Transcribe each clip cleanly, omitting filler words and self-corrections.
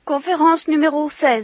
Conférence numéro 16.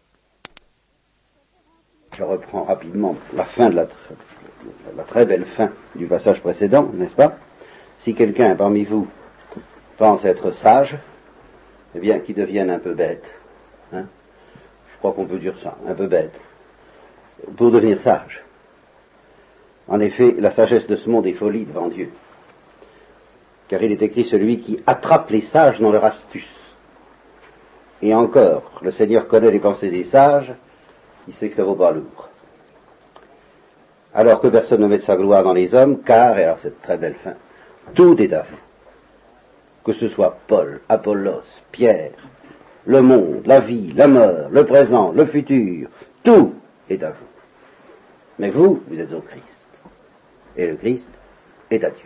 Je reprends rapidement la fin de la très belle fin du passage précédent, n'est-ce pas? Si quelqu'un parmi vous pense être sage, eh bien qu'il devienne un peu bête. Hein? Je crois qu'on peut dire ça, un peu bête, pour devenir sage. En effet, la sagesse de ce monde est folie devant Dieu. Car il est écrit celui qui attrape les sages dans leur astuce. Et encore, le Seigneur connaît les pensées des sages, il sait que ça vaut pas lourd. Alors que personne ne mette sa gloire dans les hommes, car, et alors cette très belle fin, tout est à vous. Que ce soit Paul, Apollos, Pierre, le monde, la vie, la mort, le présent, le futur, tout est à vous. Mais vous, vous êtes au Christ. Et le Christ est à Dieu.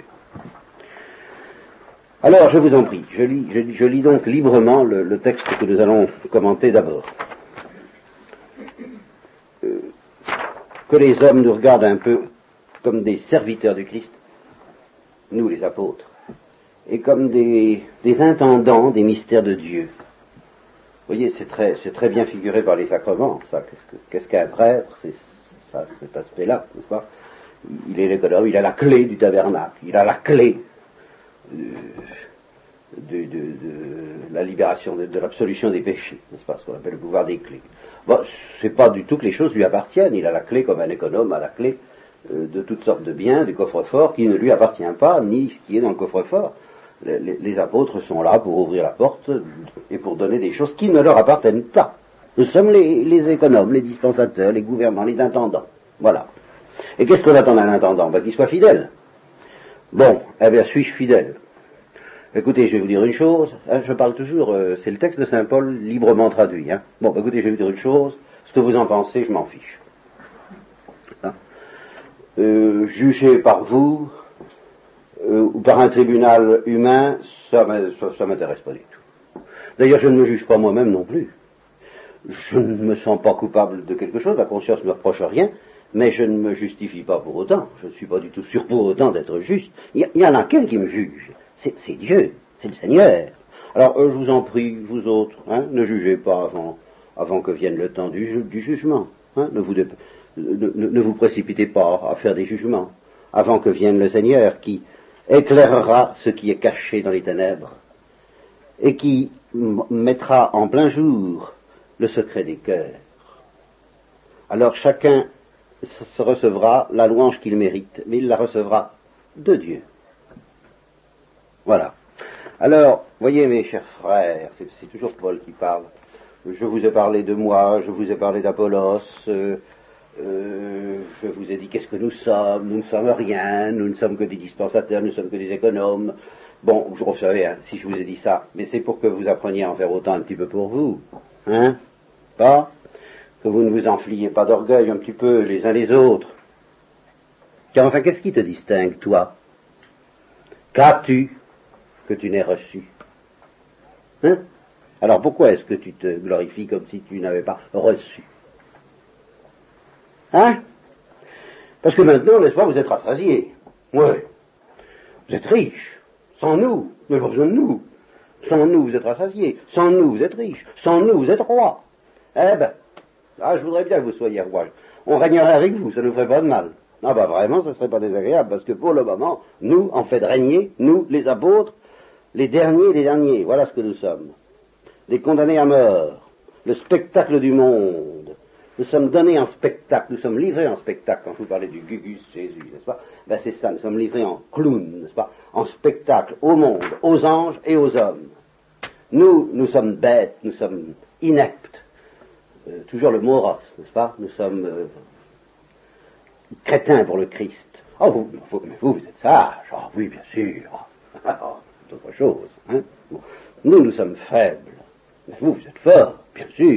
Alors, je vous en prie, je lis donc librement le texte que nous allons commenter d'abord. Que les hommes nous regardent un peu comme des serviteurs du Christ, nous les apôtres, et comme des intendants des mystères de Dieu. Vous voyez, c'est très bien figuré par les sacrements, ça. Qu'est-ce qu'un prêtre? C'est ça, cet aspect-là, n'est-ce pas? Il est l'économe, il a la clé du tabernacle, il a la clé de la libération, de l'absolution des péchés, n'est-ce pas, ce qu'on appelle le pouvoir des clés. Bon, c'est pas du tout que les choses lui appartiennent, il a la clé comme un économe a la clé de toutes sortes de biens, du coffre-fort qui ne lui appartient pas, ni ce qui est dans le coffre-fort. Les apôtres sont là pour ouvrir la porte et pour donner des choses qui ne leur appartiennent pas. Nous sommes les économes, les dispensateurs, les gouvernants, les intendants. Voilà. Et qu'est-ce qu'on attend d'un intendant? Qu'il soit fidèle. Bon, eh bien, suis-je fidèle? Écoutez, je vais vous dire une chose, hein, je parle toujours, c'est le texte de Saint Paul librement traduit. Hein. Bon, écoutez, je vais vous dire une chose, ce que vous en pensez, je m'en fiche. Hein. Jugé par vous, ou par un tribunal humain, ça m'intéresse pas du tout. D'ailleurs, je ne me juge pas moi-même non plus. Je ne me sens pas coupable de quelque chose, la conscience ne me reproche rien, mais je ne me justifie pas pour autant, je ne suis pas du tout sûr pour autant d'être juste. Il y en a qu'un qui me juge, c'est Dieu, c'est le Seigneur. Alors, je vous en prie, vous autres, hein, ne jugez pas avant que vienne le temps du jugement. Hein, ne vous précipitez pas à faire des jugements, avant que vienne le Seigneur qui éclairera ce qui est caché dans les ténèbres, et qui mettra en plein jour le secret des cœurs. Alors chacun se recevra la louange qu'il mérite, mais il la recevra de Dieu. Voilà. Alors, voyez mes chers frères, c'est toujours Paul qui parle. Je vous ai parlé de moi, je vous ai parlé d'Apollos, je vous ai dit qu'est-ce que nous ne sommes rien, nous ne sommes que des dispensateurs, nous ne sommes que des économes. Bon, vous savez, hein, si je vous ai dit ça, mais c'est pour que vous appreniez à en faire autant un petit peu pour vous. Hein? Pas? Que vous ne vous enfliez pas d'orgueil un petit peu les uns les autres. Car enfin, qu'est-ce qui te distingue, toi? Qu'as-tu que tu n'aies reçu? Hein? Alors pourquoi est-ce que tu te glorifies comme si tu n'avais pas reçu? Hein? Parce que maintenant, n'est-ce pas, vous êtes rassasiés. Oui. Vous êtes riches. Sans nous, vous n'avez pas besoin de nous. Sans nous, vous êtes rassasiés. Sans nous, vous êtes riches. Sans nous, vous êtes rois. Eh ben, je voudrais bien que vous soyez rois. On régnerait avec vous, ça ne nous ferait pas de mal. Ah ben vraiment, ça ne serait pas désagréable, parce que pour le moment, nous, en fait de régner, nous, les apôtres, les derniers des derniers, voilà ce que nous sommes. Des condamnés à mort, le spectacle du monde. Nous sommes donnés en spectacle, nous sommes livrés en spectacle, quand je vous parlais du Gugus Jésus, n'est-ce pas? Ben c'est ça, nous sommes livrés en clown, n'est-ce pas? En spectacle au monde, aux anges et aux hommes. Nous sommes bêtes, nous sommes ineptes. Toujours le moros, n'est-ce pas? Nous sommes crétins pour le Christ. Oh, vous êtes sages. Ah oui, bien sûr. C'est autre chose. Hein? Nous sommes faibles. Mais vous êtes forts, bien sûr.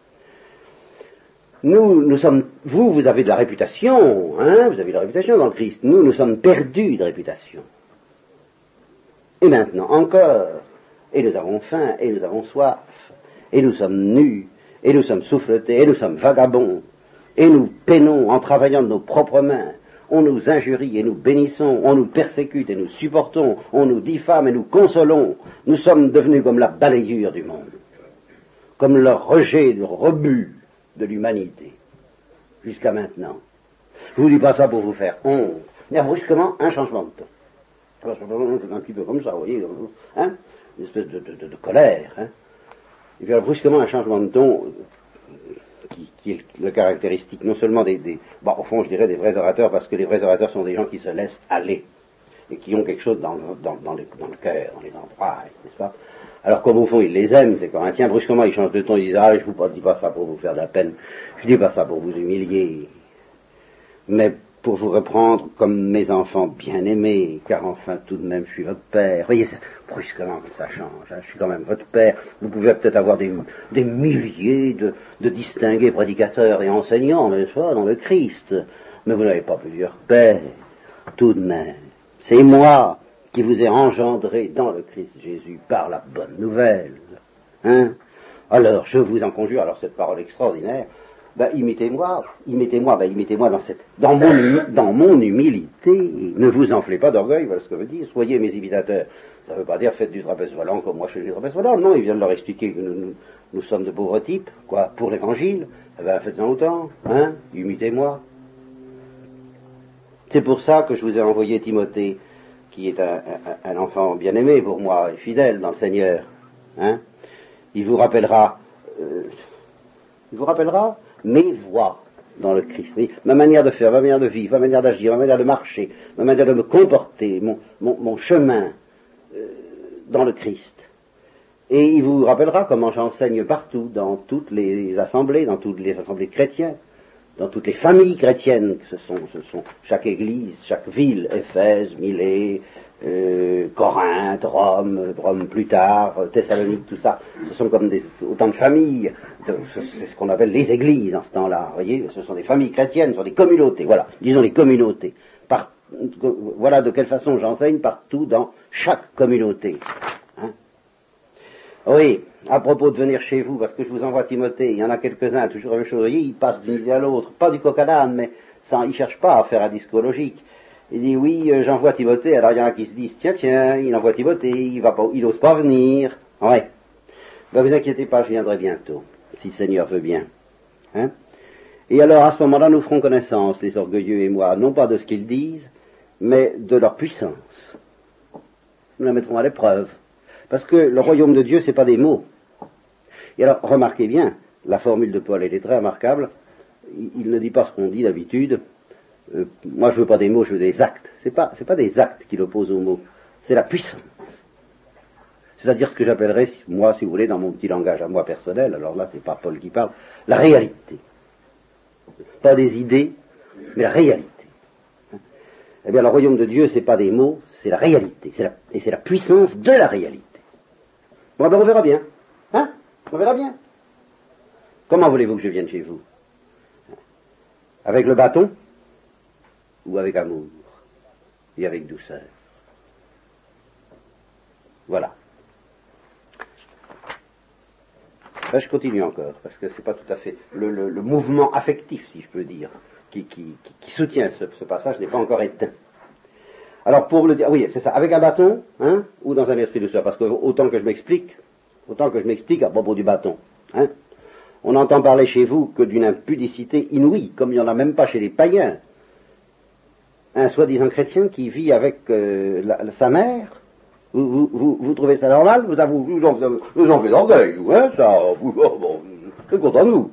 Nous sommes, vous avez de la réputation, hein? Vous avez de la réputation dans le Christ. Nous sommes perdus de réputation. Et maintenant, encore. Et nous avons faim, et nous avons soif. Et nous sommes nus. Et nous sommes souffletés, et nous sommes vagabonds, et nous peinons en travaillant de nos propres mains, on nous injurie et nous bénissons, on nous persécute et nous supportons, on nous diffame et nous consolons, nous sommes devenus comme la balayure du monde, comme leur rejet, le rebut de l'humanité, jusqu'à maintenant. Je vous dis pas ça pour vous faire honte, mais brusquement, un changement de ton. Un petit peu comme ça, vous voyez, hein, une espèce de colère. Hein. Et puis alors, brusquement, un changement de ton qui est la caractéristique non seulement bon, au fond, je dirais des vrais orateurs, parce que les vrais orateurs sont des gens qui se laissent aller, et qui ont quelque chose dans le cœur, dans les entrailles, n'est-ce pas? Alors comme au fond ils les aiment, ces Corinthiens, brusquement ils changent de ton, ils disent, ah, je vous dis pas ça pour vous faire de la peine, je dis pas ça pour vous humilier, mais pour vous reprendre comme mes enfants bien-aimés, car enfin tout de même je suis votre père. Voyez, brusquement que ça change, hein, je suis quand même votre père. Vous pouvez peut-être avoir des milliers de distingués prédicateurs et enseignants, n'est-ce pas, dans le Christ, mais vous n'avez pas plusieurs pères, tout de même. C'est moi qui vous ai engendré dans le Christ Jésus par la bonne nouvelle. Hein? Alors, je vous en conjure, alors cette parole extraordinaire, imitez-moi dans mon humilité, ne vous enflez pas d'orgueil, voilà ce que veut dire, soyez mes imitateurs. Ça ne veut pas dire faites du trapèze volant comme moi je fais du trapèze volant, non, il vient de leur expliquer que nous sommes de pauvres types, quoi, pour l'évangile, faites-en autant, hein, imitez-moi. C'est pour ça que je vous ai envoyé Timothée, qui est un enfant bien-aimé pour moi, et fidèle dans le Seigneur. Hein. Il vous rappellera mes voies dans le Christ. Ma manière de faire, ma manière de vivre, ma manière d'agir, ma manière de marcher, ma manière de me comporter, mon chemin dans le Christ. Et il vous rappellera comment j'enseigne partout, dans toutes les assemblées chrétiennes, dans toutes les familles chrétiennes, ce sont chaque église, chaque ville, Éphèse, Milet, Corinthe, Rome plus tard, Thessalonique, tout ça, ce sont comme autant de familles, c'est ce qu'on appelle les églises en ce temps-là, vous voyez, ce sont des familles chrétiennes, ce sont des communautés, voilà, disons les communautés. Voilà de quelle façon j'enseigne partout dans chaque communauté. Hein. Oui, à propos de venir chez vous, parce que je vous envoie Timothée, il y en a quelques-uns, toujours la même chose, ils passent d'une idée à l'autre, pas du coq à l'âne, mais ils ne cherchent pas à faire un discours logique. Il dit, oui, j'envoie Timothée, alors il y en a qui se disent, tiens, il envoie Timothée, il n'ose pas venir. Ouais. Vous inquiétez pas, je viendrai bientôt, si le Seigneur veut bien. Hein? Et alors, à ce moment-là, nous ferons connaissance, les orgueilleux et moi, non pas de ce qu'ils disent, mais de leur puissance. Nous la mettrons à l'épreuve. Parce que le royaume de Dieu, c'est pas des mots. Et alors, remarquez bien, la formule de Paul, elle est très remarquable. Il ne dit pas ce qu'on dit d'habitude. Moi, je veux pas des mots, je veux des actes. C'est pas des actes qu'il oppose aux mots. C'est la puissance. C'est-à-dire ce que j'appellerais, moi, si vous voulez, dans mon petit langage à moi personnel, alors là, c'est pas Paul qui parle, la réalité. Pas des idées, mais la réalité. Eh bien, le royaume de Dieu, c'est pas des mots, c'est la réalité. Et c'est la puissance de la réalité. Bon, ben on verra bien. Hein? On verra bien. Comment voulez-vous que je vienne chez vous? Avec le bâton? Ou avec amour? Et avec douceur? Voilà. Là, je continue encore, parce que c'est pas tout à fait le mouvement affectif, si je peux dire, qui soutient ce passage n'est pas encore éteint. Alors pour le dire, oui, c'est ça, avec un bâton, hein, ou dans un esprit de douceur, parce que autant que je m'explique à propos du bâton, hein, on entend parler chez vous que d'une impudicité inouïe, comme il n'y en a même pas chez les païens. Un soi-disant chrétien qui vit avec sa mère, vous trouvez ça normal? Vous en faites d'orgueil, hein, ça, bon, je suis content de vous.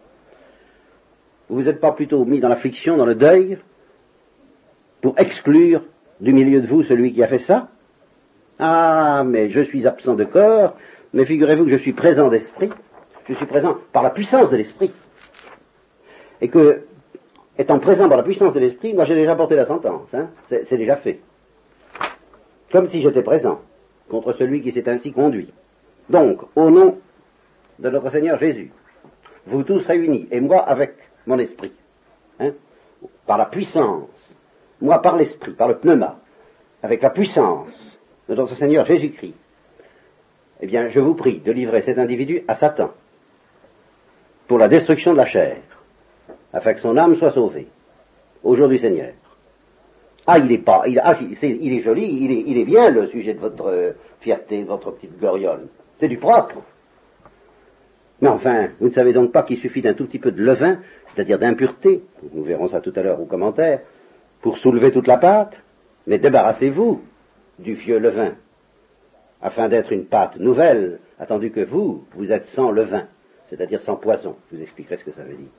Vous n'êtes pas plutôt mis dans l'affliction, dans le deuil, pour exclure du milieu de vous celui qui a fait ça? Ah, mais je suis absent de corps, mais figurez-vous que je suis présent d'esprit, je suis présent par la puissance de l'esprit. Et que, étant présent par la puissance de l'esprit, moi j'ai déjà porté la sentence, hein, c'est déjà fait. Comme si j'étais présent contre celui qui s'est ainsi conduit. Donc, au nom de notre Seigneur Jésus, vous tous réunis, et moi avec mon esprit, hein, par la puissance, moi par l'esprit, par le pneuma, avec la puissance de notre Seigneur Jésus-Christ, eh bien, je vous prie de livrer cet individu à Satan, pour la destruction de la chair, afin que son âme soit sauvée, au jour du Seigneur. Ah, il est joli, il est bien le sujet de votre fierté, de votre petite gloriole. C'est du propre. Mais enfin, vous ne savez donc pas qu'il suffit d'un tout petit peu de levain, c'est-à-dire d'impureté, nous verrons ça tout à l'heure au commentaire, pour soulever toute la pâte, mais débarrassez-vous du vieux levain, afin d'être une pâte nouvelle, attendu que vous êtes sans levain, c'est-à-dire sans poison. Je vous expliquerai ce que ça veut dire.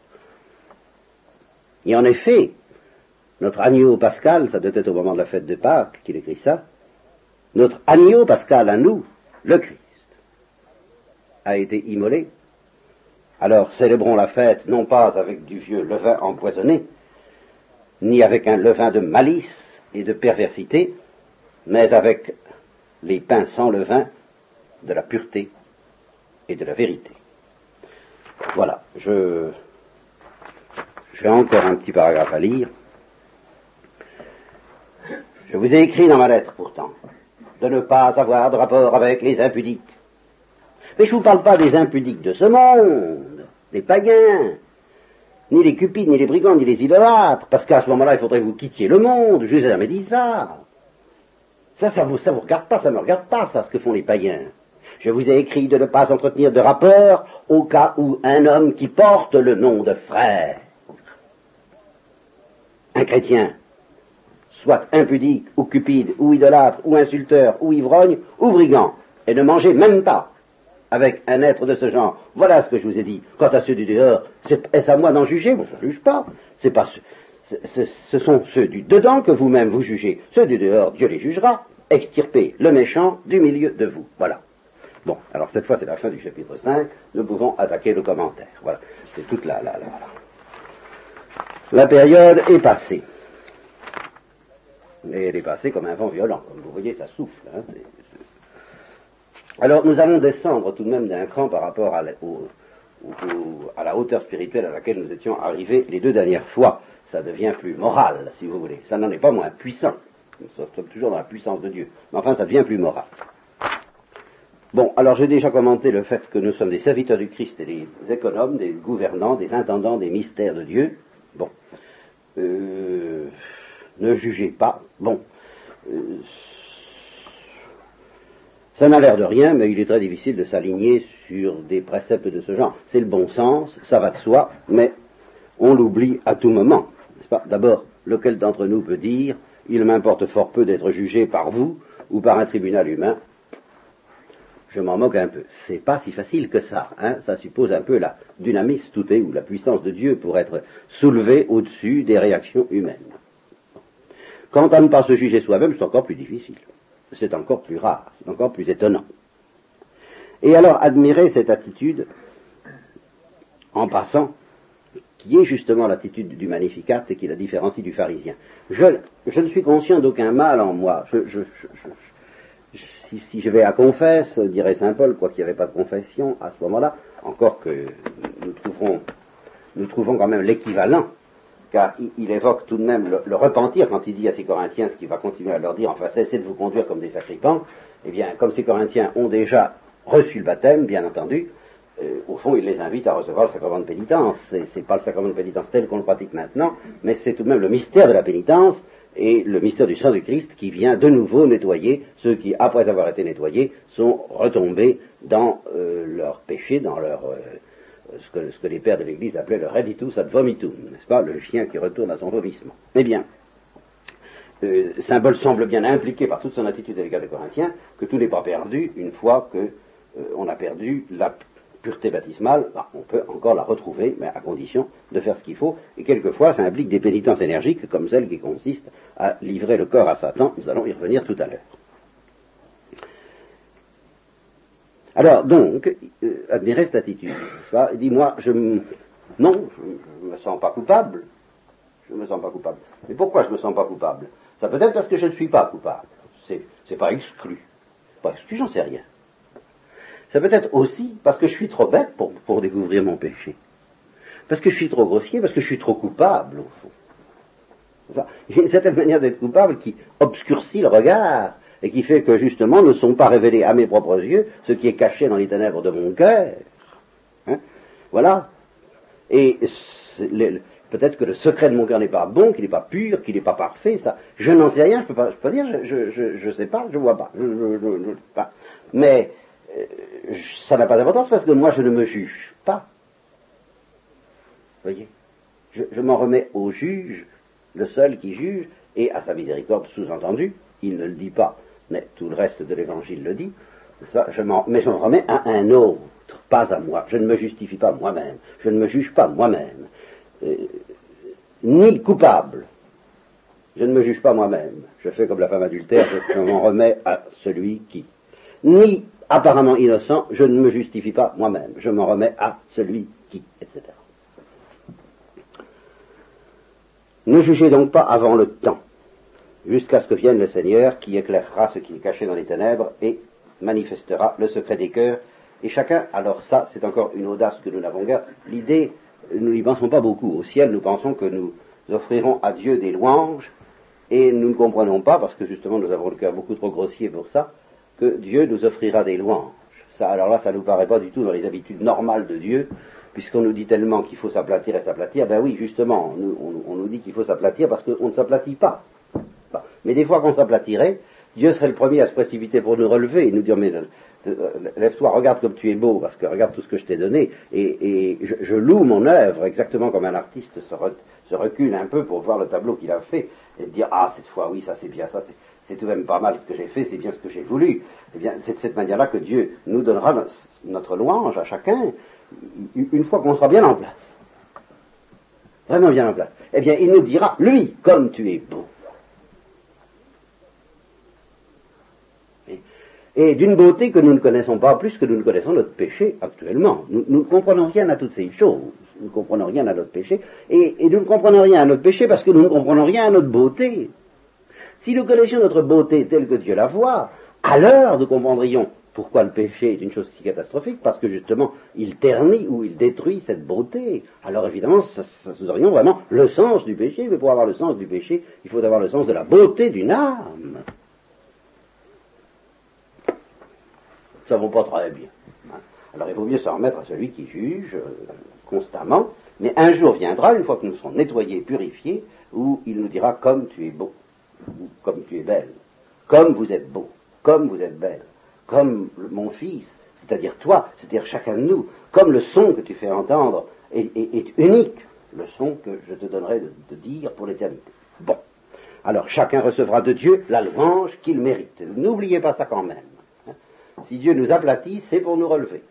Et en effet, notre agneau pascal, ça doit être au moment de la fête de Pâques qu'il écrit ça, notre agneau pascal à nous, le Christ, a été immolé. Alors célébrons la fête non pas avec du vieux levain empoisonné, ni avec un levain de malice et de perversité, mais avec les pains sans levain de la pureté et de la vérité. Voilà, j'ai encore un petit paragraphe à lire. Je vous ai écrit dans ma lettre pourtant de ne pas avoir de rapport avec les impudiques. Mais je ne vous parle pas des impudiques de ce monde, des païens, ni les cupides, ni les brigands, ni les idolâtres, parce qu'à ce moment-là, il faudrait que vous quittiez le monde. Je vous ai jamais dit ça. Ça vous regarde pas, ça me regarde pas, ça, ce que font les païens. Je vous ai écrit de ne pas entretenir de rapport au cas où un homme qui porte le nom de frère, un chrétien, soit impudique, ou cupide, ou idolâtre, ou insulteur, ou ivrogne, ou brigand, et ne mangez même pas avec un être de ce genre. Voilà ce que je vous ai dit. Quant à ceux du dehors, est-ce à moi d'en juger? Moi, je ne juge pas. Ce sont ceux du dedans que vous-même vous jugez. Ceux du dehors, Dieu les jugera. Extirpez le méchant du milieu de vous. Voilà. Bon, alors cette fois c'est la fin du chapitre 5, nous pouvons attaquer le commentaire. Voilà. C'est toute la période est passée. Et elle est passée comme un vent violent. Comme vous voyez, ça souffle. Hein. Alors nous allons descendre tout de même d'un cran par rapport à la hauteur spirituelle à laquelle nous étions arrivés les deux dernières fois. Ça devient plus moral, si vous voulez. Ça n'en est pas moins puissant. Nous sommes toujours dans la puissance de Dieu. Mais enfin, ça devient plus moral. Bon, alors j'ai déjà commenté le fait que nous sommes des serviteurs du Christ et des économes, des gouvernants, des intendants des mystères de Dieu. Bon. Ne jugez pas. Bon. Ça n'a l'air de rien, mais il est très difficile de s'aligner sur des préceptes de ce genre. C'est le bon sens, ça va de soi, mais on l'oublie à tout moment. N'est-ce pas? D'abord, lequel d'entre nous peut dire « Il m'importe fort peu d'être jugé par vous ou par un tribunal humain ». Je m'en moque un peu. C'est pas si facile que ça. Hein. Ça suppose un peu la dynamis tout est, ou la puissance de Dieu pour être soulevé au-dessus des réactions humaines. Quant à ne pas se juger soi-même, c'est encore plus difficile. C'est encore plus rare, c'est encore plus étonnant. Et alors, admirez cette attitude, en passant, qui est justement l'attitude du Magnificat et qui la différencie du pharisien. Je ne suis conscient d'aucun mal en moi. Si je vais à confesse, dirait saint Paul, quoi qu'il n'y avait pas de confession à ce moment-là, encore que nous trouvons quand même l'équivalent, car il évoque tout de même le repentir quand il dit à ces Corinthiens, ce qu'il va continuer à leur dire, enfin cessez de vous conduire comme des sacripants. Eh bien, comme ces Corinthiens ont déjà reçu le baptême, bien entendu, au fond il les invite à recevoir le sacrement de pénitence. C'est pas le sacrement de pénitence tel qu'on le pratique maintenant, mais c'est tout de même le mystère de la pénitence et le mystère du sang du Christ qui vient de nouveau nettoyer ceux qui, après avoir été nettoyés, sont retombés dans leur péché, dans leur ce que les pères de l'Église appelaient le reditus ad vomitum, n'est-ce pas, le chien qui retourne à son vomissement. Eh bien, saint Paul semble bien impliqué par toute son attitude à l'égard des Corinthiens que tout n'est pas perdu une fois que on a perdu la pureté baptismale. On peut encore la retrouver, mais à condition de faire ce qu'il faut, et quelquefois ça implique des pénitences énergiques comme celle qui consiste à livrer le corps à Satan. Nous allons y revenir tout à l'heure. Alors, donc, admirez cette attitude. Dis-moi, je me sens pas coupable. Je me sens pas coupable. Mais pourquoi je me sens pas coupable? Ça peut être parce que je ne suis pas coupable. C'est pas exclu. Pas exclu, j'en sais rien. Ça peut être aussi parce que je suis trop bête pour découvrir mon péché. Parce que je suis trop grossier, parce que je suis trop coupable, au fond. Enfin, il y a une certaine manière d'être coupable qui obscurcit le regard et qui fait que, justement, ne sont pas révélés à mes propres yeux ce qui est caché dans les ténèbres de mon cœur. Hein? Voilà. Et peut-être que le secret de mon cœur n'est pas bon, qu'il n'est pas pur, qu'il n'est pas parfait, ça. Je n'en sais rien, je peux pas dire, je sais pas, je vois pas, je sais pas. Mais ça n'a pas d'importance parce que moi je ne me juge pas. Vous voyez, je m'en remets au juge, le seul qui juge, et à sa miséricorde, sous-entendu, il ne le dit pas, mais tout le reste de l'évangile le dit, mais je m'en remets à un autre, pas à moi. Je ne me justifie pas moi-même, je ne me juge pas moi-même, ni coupable. Je ne me juge pas moi-même. Je fais comme la femme adultère, je m'en remets à celui qui. Ni apparemment innocent, je ne me justifie pas moi-même. Je m'en remets à celui qui, etc. Ne jugez donc pas avant le temps, jusqu'à ce que vienne le Seigneur qui éclairera ce qui est caché dans les ténèbres et manifestera le secret des cœurs. Et chacun, alors ça, c'est encore une audace que nous n'avons guère. L'idée, nous n'y pensons pas beaucoup. Au ciel, nous pensons que nous offrirons à Dieu des louanges, et nous ne comprenons pas, parce que justement nous avons le cœur beaucoup trop grossier pour ça, que Dieu nous offrira des louanges. Ça, alors là, ça ne nous paraît pas du tout dans les habitudes normales de Dieu, puisqu'on nous dit tellement qu'il faut s'aplatir et s'aplatir. Ben oui, justement, on nous dit qu'il faut s'aplatir parce qu'on ne s'aplatit pas. Mais des fois qu'on s'aplatirait, Dieu serait le premier à se précipiter pour nous relever et nous dire, mais lève-toi, regarde comme tu es beau, parce que regarde tout ce que je t'ai donné, et je loue mon œuvre, exactement comme un artiste se recule un peu pour voir le tableau qu'il a fait, et dire, ah, cette fois, oui, ça c'est bien, ça c'est tout de même pas mal ce que j'ai fait, c'est bien ce que j'ai voulu. Eh bien, c'est de cette manière-là que Dieu nous donnera notre louange à chacun, une fois qu'on sera bien en place. Vraiment bien en place. Eh bien, il nous dira, lui, comme tu es beau. Et d'une beauté que nous ne connaissons pas plus que nous ne connaissons notre péché actuellement. Nous ne comprenons rien à toutes ces choses. Nous ne comprenons rien à notre péché. Et nous ne comprenons rien à notre péché parce que nous ne comprenons rien à notre beauté. Si nous connaissions notre beauté telle que Dieu la voit, alors nous comprendrions pourquoi le péché est une chose si catastrophique, parce que justement, il ternit ou il détruit cette beauté. Alors évidemment, nous aurions vraiment le sens du péché, mais pour avoir le sens du péché, il faut avoir le sens de la beauté d'une âme. Nous ne savons pas très bien. Alors il vaut mieux s'en remettre à celui qui juge constamment, mais un jour viendra, une fois que nous serons nettoyés, purifiés, où il nous dira comme tu es beau, ou comme tu es belle, comme vous êtes beau, comme vous êtes belle, comme mon fils, c'est-à-dire toi, c'est-à-dire chacun de nous, comme le son que tu fais entendre est unique, le son que je te donnerai de dire pour l'éternité. Bon, alors chacun recevra de Dieu la louange qu'il mérite. N'oubliez pas ça quand même. Si Dieu nous aplatit, c'est pour nous relever.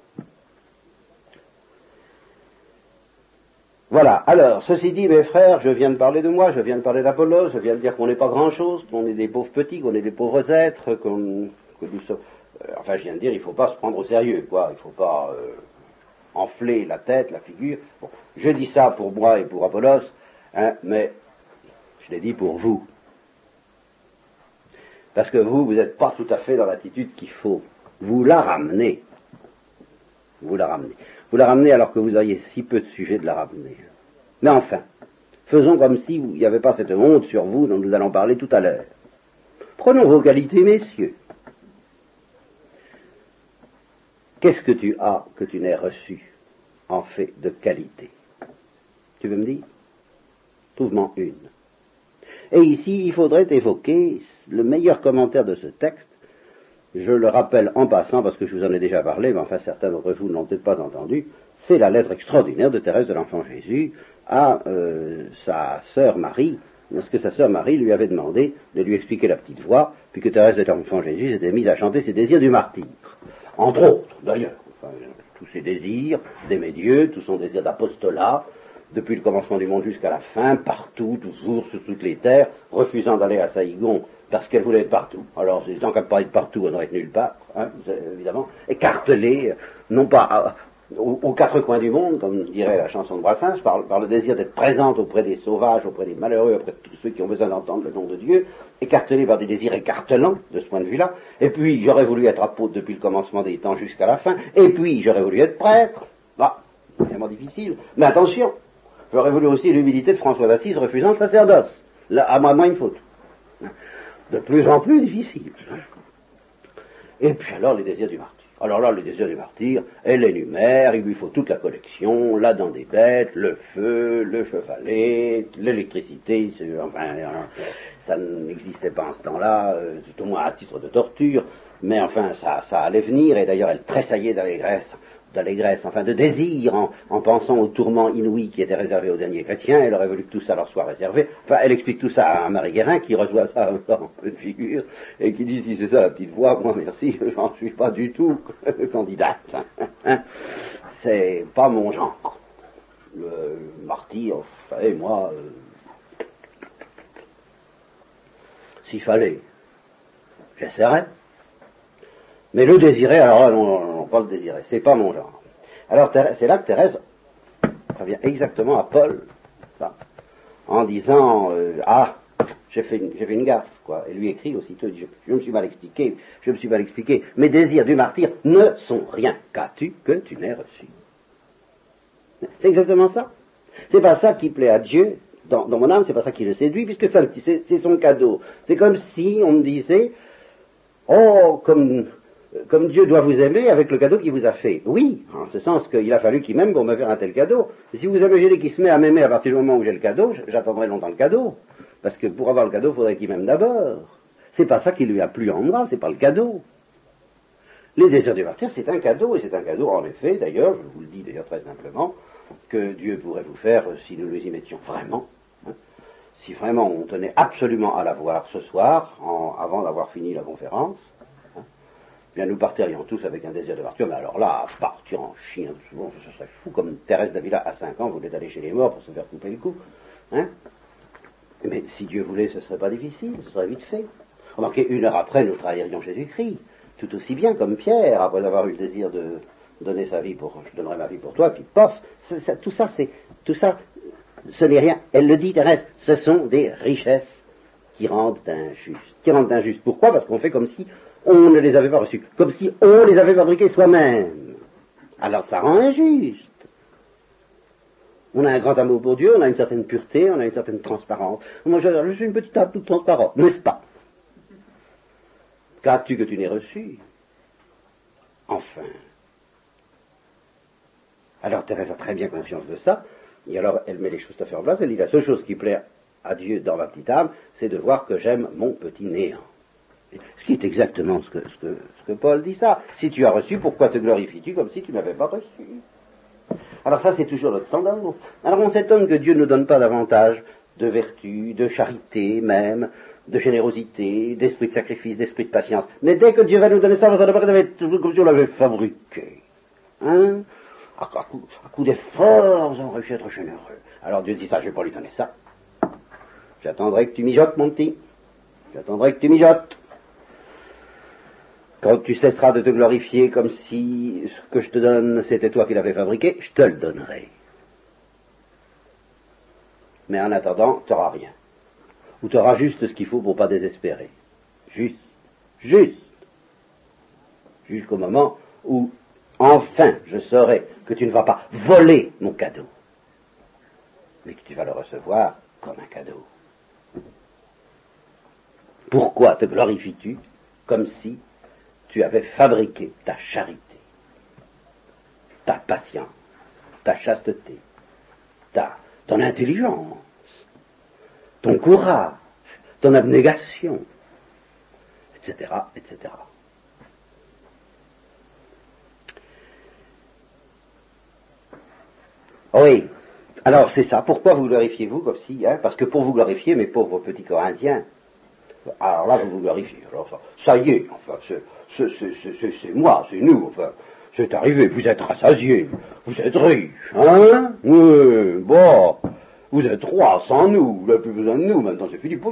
Voilà, alors, ceci dit, mes frères, je viens de parler de moi, je viens de parler d'Apollos, je viens de dire qu'on n'est pas grand-chose, qu'on est des pauvres petits, qu'on est des pauvres êtres, que nous sommes... enfin, je viens de dire, il ne faut pas se prendre au sérieux, quoi, il ne faut pas enfler la tête, la figure. Bon, je dis ça pour moi et pour Apollos, hein, mais je l'ai dit pour vous. Parce que vous n'êtes pas tout à fait dans l'attitude qu'il faut. Vous la ramenez. Vous la ramenez. Vous la ramenez alors que vous auriez si peu de sujet de la ramener. Mais enfin, faisons comme si il n'y avait pas cette honte sur vous dont nous allons parler tout à l'heure. Prenons vos qualités, messieurs. Qu'est-ce que tu as que tu n'aies reçu en fait de qualité? Tu veux me dire? Trouve-m'en une. Et ici, il faudrait évoquer le meilleur commentaire de ce texte. Je le rappelle en passant, parce que je vous en ai déjà parlé, mais enfin certains d'entre vous ne l'ont peut-être pas entendu, c'est la lettre extraordinaire de Thérèse de l'Enfant Jésus à sa sœur Marie, lorsque sa sœur Marie lui avait demandé de lui expliquer la petite voix, puis que Thérèse de l'Enfant Jésus s'était mise à chanter ses désirs du martyr. Entre autres, d'ailleurs, enfin, tous ses désirs d'aimer Dieu, tout son désir d'apostolat, depuis le commencement du monde jusqu'à la fin, partout, toujours, sur toutes les terres, refusant d'aller à Saïgon parce qu'elle voulait être partout. Alors, tant qu'elle ne pas être partout, on aurait être nulle part, hein, évidemment, écartelée, non pas aux quatre coins du monde, comme dirait la chanson de Brassens, par le désir d'être présente auprès des sauvages, auprès des malheureux, auprès de tous ceux qui ont besoin d'entendre le nom de Dieu, écartelée par des désirs écartelants, de ce point de vue-là, et puis j'aurais voulu être apôtre depuis le commencement des temps jusqu'à la fin, et puis j'aurais voulu être prêtre. Ah, c'est vraiment difficile, mais attention, j'aurais voulu aussi l'humilité de François d'Assise refusant le sacerdoce. Là, à moi, il faut tout. De plus en plus difficile. Et puis alors, les désirs du martyr. Alors là, les désirs du martyr, elle énumère, il lui faut toute la collection, la dent des bêtes, le feu, le chevalet, l'électricité, enfin, ça n'existait pas en ce temps-là, tout au moins à titre de torture, Mais enfin, ça allait venir, et d'ailleurs elle tressaillait d'allégresse, enfin de désir, en pensant aux tourments inouïs qui étaient réservés aux derniers chrétiens. Elle aurait voulu que tout ça leur soit réservé. Enfin, elle explique tout ça à Marie Guérin, qui reçoit ça en pleine figure, et qui dit, si c'est ça la petite voix, moi merci, j'en suis pas du tout candidate. C'est pas mon genre. Le martyr, vous savez, moi, s'il fallait, j'essaierais. Mais le désirer, alors là, non, pas le désirer, c'est pas mon genre. Alors c'est là que Thérèse revient exactement à Paul, ça, en disant j'ai fait une gaffe, quoi. Et lui écrit aussitôt, il dit, je me suis mal expliqué, mes désirs du martyr ne sont rien. Qu'as-tu que tu n'aies reçu? C'est exactement ça. C'est pas ça qui plaît à Dieu dans mon âme, c'est pas ça qui le séduit, puisque c'est son cadeau. C'est comme si on me disait, oh, comme Dieu doit vous aimer avec le cadeau qu'il vous a fait. Oui, en ce sens qu'il a fallu qu'il m'aime pour me faire un tel cadeau. Et si vous imaginez qu'il se met à m'aimer à partir du moment où j'ai le cadeau, j'attendrai longtemps le cadeau. Parce que pour avoir le cadeau, il faudrait qu'il m'aime d'abord. C'est pas ça qui lui a plu en moi, c'est pas le cadeau. Les désirs du martyr, c'est un cadeau, et c'est un cadeau, en effet, d'ailleurs, je vous le dis d'ailleurs très simplement, que Dieu pourrait vous faire si nous nous y mettions vraiment. Si vraiment on tenait absolument à la voir ce soir, avant d'avoir fini la conférence, bien nous partirions tous avec un désir de martyr, mais alors là, partir en chien, souvent, ce serait fou, comme Thérèse d'Avila à 5 ans voulait aller chez les morts pour se faire couper le cou. Mais si Dieu voulait, ce serait pas difficile, ce serait vite fait. Remarquez, 1 heure après, nous trahirions Jésus-Christ, tout aussi bien comme Pierre, après avoir eu le désir de donner sa vie je donnerai ma vie pour toi, puis pof, tout ça, ce n'est rien. Elle le dit, Thérèse, ce sont des richesses qui rendent injustes. Pourquoi? Parce qu'on fait comme si on ne les avait pas reçues, comme si on les avait fabriquées soi-même. Alors ça rend injuste. On a un grand amour pour Dieu, on a une certaine pureté, on a une certaine transparence. Moi, je suis une petite âme toute transparente, n'est-ce pas? Qu'as-tu que tu n'aies reçu? Enfin. Alors Thérèse a très bien conscience de ça, et alors elle met les choses à faire en place, elle dit, la seule chose qui plaît à Dieu dans ma petite âme, c'est de voir que j'aime mon petit néant. Ce qui est exactement ce que Paul dit ça. Si tu as reçu, pourquoi te glorifies-tu comme si tu n'avais pas reçu? Alors ça, c'est toujours notre tendance. Alors on s'étonne que Dieu ne nous donne pas davantage de vertu, de charité même, de générosité, d'esprit de sacrifice, d'esprit de patience. Mais dès que Dieu va nous donner ça, ça va être comme si on l'avait fabriqué. À coup d'efforts, on réussit à être généreux. Alors Dieu dit ça, je ne vais pas lui donner ça. J'attendrai que tu mijotes, mon petit. J'attendrai que tu mijotes. Quand tu cesseras de te glorifier comme si ce que je te donne, c'était toi qui l'avais fabriqué, je te le donnerai. Mais en attendant, tu n'auras rien. Ou tu auras juste ce qu'il faut pour ne pas désespérer. Juste. Jusqu'au moment où, enfin, je saurai que tu ne vas pas voler mon cadeau, mais que tu vas le recevoir comme un cadeau. Pourquoi te glorifies-tu comme si tu avais fabriqué ta charité, ta patience, ta chasteté, ton intelligence, ton courage, ton abnégation, etc., etc. Oui, alors c'est ça. Pourquoi vous glorifiez-vous comme si, parce que pour vous glorifier, mes pauvres petits Corinthiens, alors là vous glorifiez. Alors ça y est, enfin, c'est moi, c'est nous, enfin, c'est arrivé, vous êtes rassasiés, vous êtes riches, hein? Oui, bon, vous êtes rois sans nous, vous n'avez plus besoin de nous, maintenant c'est fini, Paul,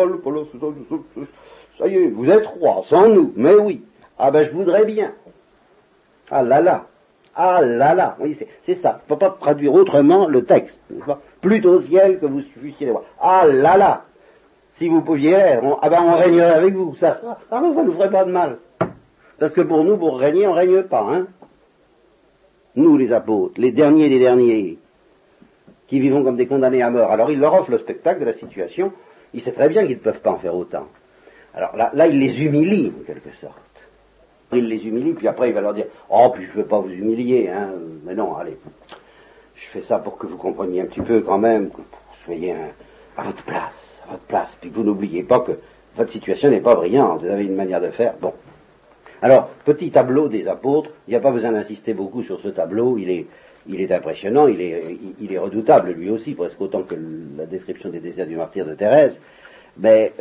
ça y est, vous êtes rois sans nous, mais oui, ah ben je voudrais bien. Ah là là, oui, c'est ça, je ne peux pas traduire autrement le texte, plus au ciel que vous fussiez les rois. Ah là là, si vous pouviez, on régnerait avec vous, ça nous ferait pas de mal. Parce que pour nous, pour régner, on ne règne pas, hein. Nous, les apôtres, les derniers des derniers, qui vivons comme des condamnés à mort. Alors il leur offre le spectacle de la situation, il sait très bien qu'ils ne peuvent pas en faire autant. Alors là, il les humilie, en quelque sorte. Il les humilie, puis après il va leur dire, oh, puis je ne veux pas vous humilier, hein, mais non, allez, je fais ça pour que vous compreniez un petit peu quand même, que vous soyez à votre place, puis que vous n'oubliez pas que votre situation n'est pas brillante, vous avez une manière de faire, bon. Alors, petit tableau des apôtres, il n'y a pas besoin d'insister beaucoup sur ce tableau, il est impressionnant, il est redoutable lui aussi, presque autant que la description des désirs du martyr de Thérèse, mais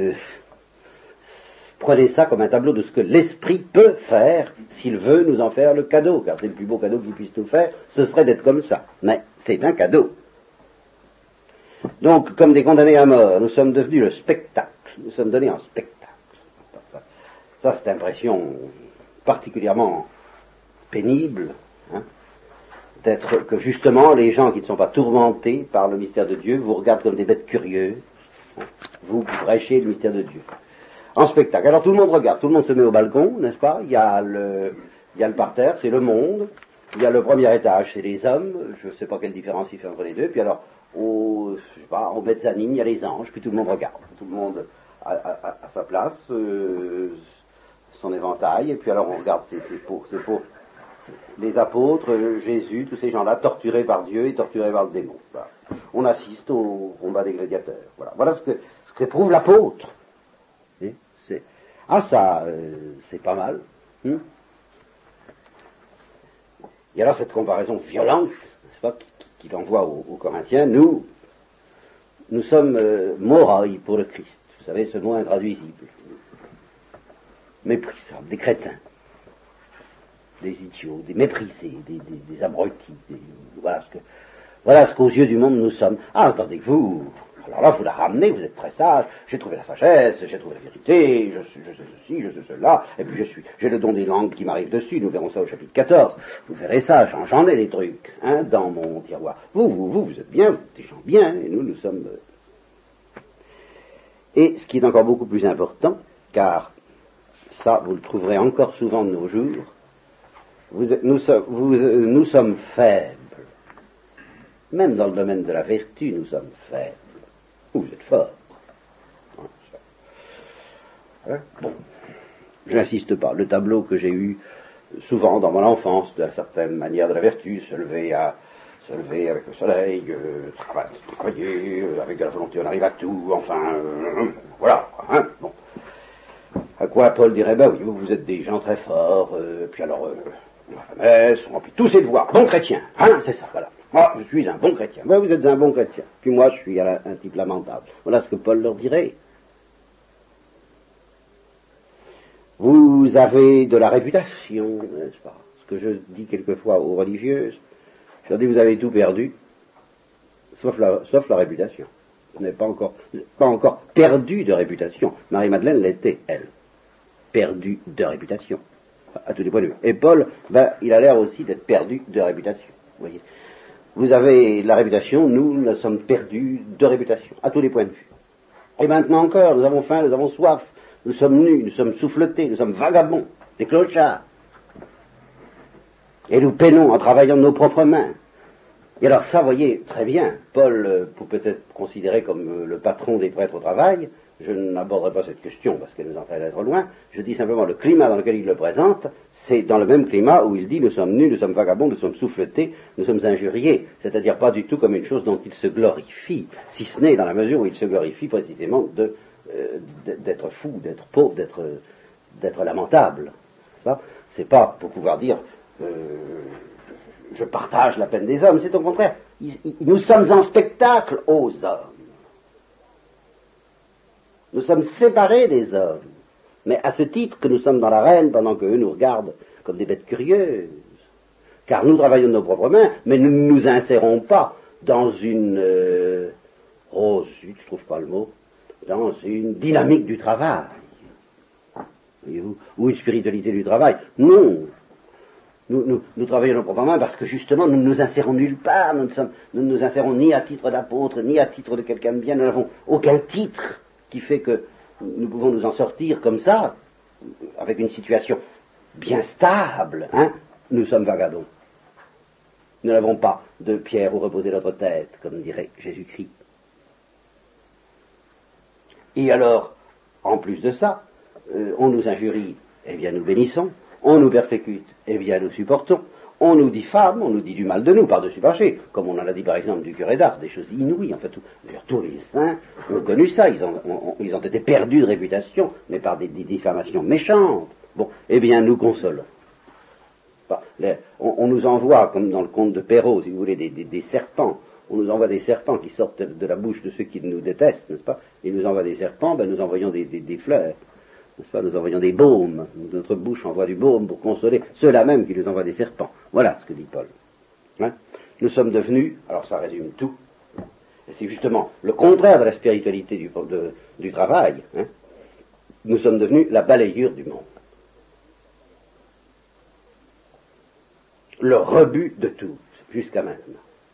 prenez ça comme un tableau de ce que l'Esprit peut faire s'il veut nous en faire le cadeau, car c'est le plus beau cadeau qu'il puisse nous faire, ce serait d'être comme ça, mais c'est un cadeau. Donc, comme des condamnés à mort, nous sommes devenus le spectacle, nous sommes donnés en spectacle. Ça, c'est une impression particulièrement pénible, hein, d'être que justement les gens qui ne sont pas tourmentés par le mystère de Dieu vous regardent comme des bêtes curieuses, hein, vous prêchez le mystère de Dieu. En spectacle. Alors tout le monde regarde, tout le monde se met au balcon, n'est-ce pas? Il y a le parterre, c'est le monde, il y a le premier étage, c'est les hommes, je ne sais pas quelle différence il fait entre les deux, puis alors au mezzanine, il y a les anges, puis tout le monde regarde, tout le monde à sa place, son éventail, et puis alors on regarde les apôtres, Jésus, tous ces gens-là, torturés par Dieu et torturés par le démon. Voilà. On assiste au combat des gladiateurs. Voilà ce qu'éprouve l'apôtre. C'est pas mal. Et alors cette comparaison violente, n'est-ce pas, qu'il envoie aux Corinthiens, nous sommes moroi pour le Christ. Vous savez, ce mot intraduisible. Méprisables, des crétins, des idiots, des méprisés, des abrutis, voilà ce qu'aux yeux du monde nous sommes. Ah, attendez que vous, alors là, vous la ramenez, vous êtes très sage, j'ai trouvé la sagesse, j'ai trouvé la vérité, je sais ceci, je sais cela, et puis j'ai le don des langues qui m'arrive dessus, nous verrons ça au chapitre 14, vous verrez ça, j'en ai des trucs, hein, dans mon tiroir. Vous êtes bien, vous êtes des gens bien, et nous sommes... Et ce qui est encore beaucoup plus important, car ça, vous le trouverez encore souvent de nos jours, nous sommes faibles. Même dans le domaine de la vertu, nous sommes faibles. Vous êtes forts. Bon, je n'insiste pas. Le tableau que j'ai eu souvent dans mon enfance, de la certaine manière de la vertu, se lever avec le soleil, travailler, avec de la volonté, on arrive à tout, enfin, voilà. Hein, bon. À quoi Paul dirait, oui, vous êtes des gens très forts, puis alors, la messe, on remplit tous ses devoirs, bon chrétien, hein, c'est ça, voilà. Moi, je suis un bon chrétien. Ben, vous êtes un bon chrétien. Puis moi, je suis un type lamentable. Voilà ce que Paul leur dirait. Vous avez de la réputation, n'est-ce pas? Ce que je dis quelquefois aux religieuses, je leur dis, vous avez tout perdu, sauf la réputation. Vous n'êtes pas encore perdu de réputation. Marie-Madeleine l'était, elle. Perdue de réputation. À tous les points de vue. Et Paul, il a l'air aussi d'être perdu de réputation. Vous voyez? Vous avez la réputation, nous sommes perdus de réputation, à tous les points de vue. Et maintenant encore, nous avons faim, nous avons soif, nous sommes nus, nous sommes souffletés, nous sommes vagabonds, des clochards. Et nous peinons en travaillant de nos propres mains. Et alors ça, voyez, très bien, Paul peut être considéré comme le patron des prêtres au travail. Je n'aborderai pas cette question parce qu'elle nous en ferait être loin. Je dis simplement le climat dans lequel il le présente, c'est dans le même climat où il dit nous sommes nus, nous sommes vagabonds, nous sommes souffletés, nous sommes injuriés. C'est-à-dire pas du tout comme une chose dont il se glorifie, si ce n'est dans la mesure où il se glorifie précisément d'être fou, d'être pauvre, d'être lamentable. C'est pas pour pouvoir dire je partage la peine des hommes, c'est au contraire. Nous sommes en spectacle aux hommes. Nous sommes séparés des hommes, mais à ce titre que nous sommes dans l'arène pendant qu'eux nous regardent comme des bêtes curieuses. Car nous travaillons de nos propres mains, mais nous ne nous insérons pas dans une... je trouve pas le mot. Dans une dynamique du travail. Voyez-vous, ou une spiritualité du travail. Non. Nous travaillons de nos propres mains parce que justement nous ne nous insérons nulle part. Nous ne nous insérons ni à titre d'apôtre, ni à titre de quelqu'un de bien. Nous n'avons aucun titre qui fait que nous pouvons nous en sortir comme ça, avec une situation bien stable, hein. Nous sommes vagabonds. Nous n'avons pas de pierre où reposer notre tête, comme dirait Jésus-Christ. Et alors, en plus de ça, on nous injurie, eh bien nous bénissons, on nous persécute, eh bien nous supportons, on nous diffame, on nous dit du mal de nous, par-dessus marché, comme on en a dit par exemple du curé d'Ars, des choses inouïes, en fait, d'ailleurs tous les saints ont connu ça, ils ont été perdus de réputation, mais par des diffamations méchantes, Bon, eh bien, nous consolons. On nous envoie, comme dans le conte de Perrault, si vous voulez, des serpents. On nous envoie des serpents qui sortent de la bouche de ceux qui nous détestent, n'est-ce pas? Ils nous envoient des serpents, ben nous envoyons des fleurs, n'est-ce pas? Nous envoyons des baumes. Notre bouche envoie du baume pour consoler ceux-là même qui nous envoient des serpents. Voilà ce que dit Paul. Hein? Nous sommes devenus, alors ça résume tout, et c'est justement le contraire de la spiritualité du travail, hein? Nous sommes devenus la balayure du monde. Le rebut de tous, jusqu'à maintenant.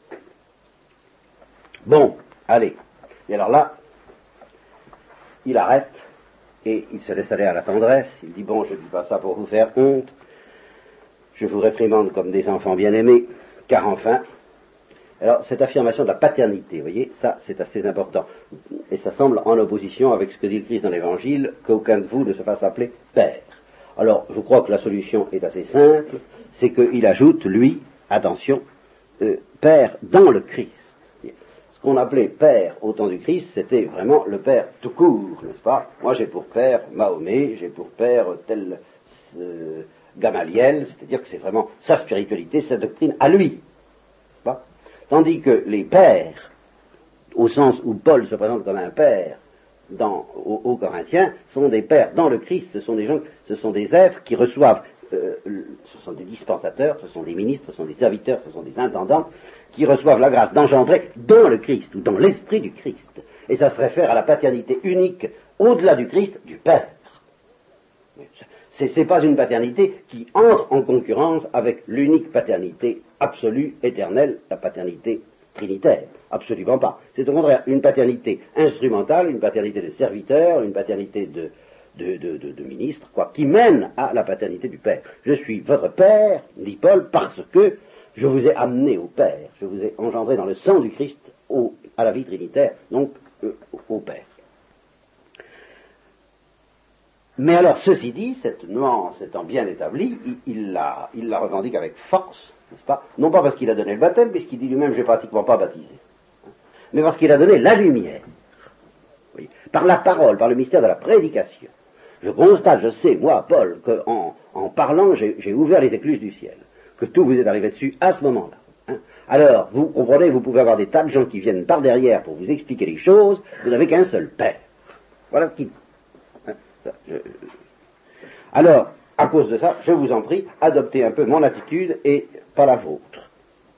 Bon, allez. Et alors là, il arrête, et il se laisse aller à la tendresse. Il dit, bon, je ne dis pas ça pour vous faire honte. Je vous réprimande comme des enfants bien-aimés, car enfin... Alors, cette affirmation de la paternité, vous voyez, ça, c'est assez important. Et ça semble en opposition avec ce que dit le Christ dans l'Évangile, qu'aucun de vous ne se fasse appeler Père. Alors, je crois que la solution est assez simple, c'est qu'il ajoute, lui, attention, Père dans le Christ. Ce qu'on appelait Père au temps du Christ, c'était vraiment le Père tout court, n'est-ce pas? Moi, j'ai pour Père Mahomet, j'ai pour Père tel Gamaliel, c'est-à-dire que c'est vraiment sa spiritualité, sa doctrine à lui. Tandis que les pères, au sens où Paul se présente comme un père aux Corinthiens, sont des pères dans le Christ, ce sont des gens, ce sont des êtres qui reçoivent, ce sont des dispensateurs, ce sont des ministres, ce sont des serviteurs, ce sont des intendants, qui reçoivent la grâce d'engendrer dans le Christ, ou dans l'esprit du Christ. Et ça se réfère à la paternité unique, au-delà du Christ, du Père. C'est pas une paternité qui entre en concurrence avec l'unique paternité absolue, éternelle, la paternité trinitaire. Absolument pas. C'est au contraire une paternité instrumentale, une paternité de serviteur, une paternité de ministre, quoi, qui mène à la paternité du Père. Je suis votre Père, dit Paul, parce que je vous ai amené au Père, je vous ai engendré dans le sang du Christ à la vie trinitaire, donc au Père. Mais alors, ceci dit, cette nuance étant bien établie, il la revendique avec force, n'est-ce pas? Non pas parce qu'il a donné le baptême, puisqu'il dit lui-même, je n'ai pratiquement pas baptisé, mais parce qu'il a donné la lumière, oui, par la parole, par le mystère de la prédication. Je constate, je sais, moi, Paul, qu'en parlant, j'ai ouvert les écluses du ciel, que tout vous est arrivé dessus à ce moment-là. Hein. Alors, vous comprenez, vous pouvez avoir des tas de gens qui viennent par derrière pour vous expliquer les choses, vous n'avez qu'un seul Père. Voilà ce qu'il dit. Alors, à cause de ça, je vous en prie, adoptez un peu mon attitude et pas la vôtre.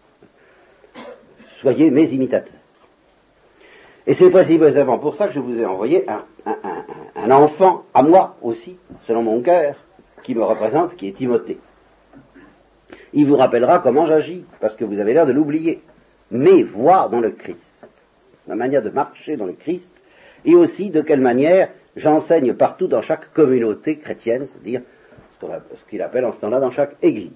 Soyez mes imitateurs. Et c'est précisément pour ça que je vous ai envoyé un enfant à moi aussi, selon mon cœur, qui me représente, qui est Timothée. Il vous rappellera comment j'agis, parce que vous avez l'air de l'oublier. Mes voies dans le Christ, la manière de marcher dans le Christ, et aussi de quelle manière j'enseigne partout dans chaque communauté chrétienne, c'est-à-dire ce qu'il appelle en ce temps-là dans chaque église.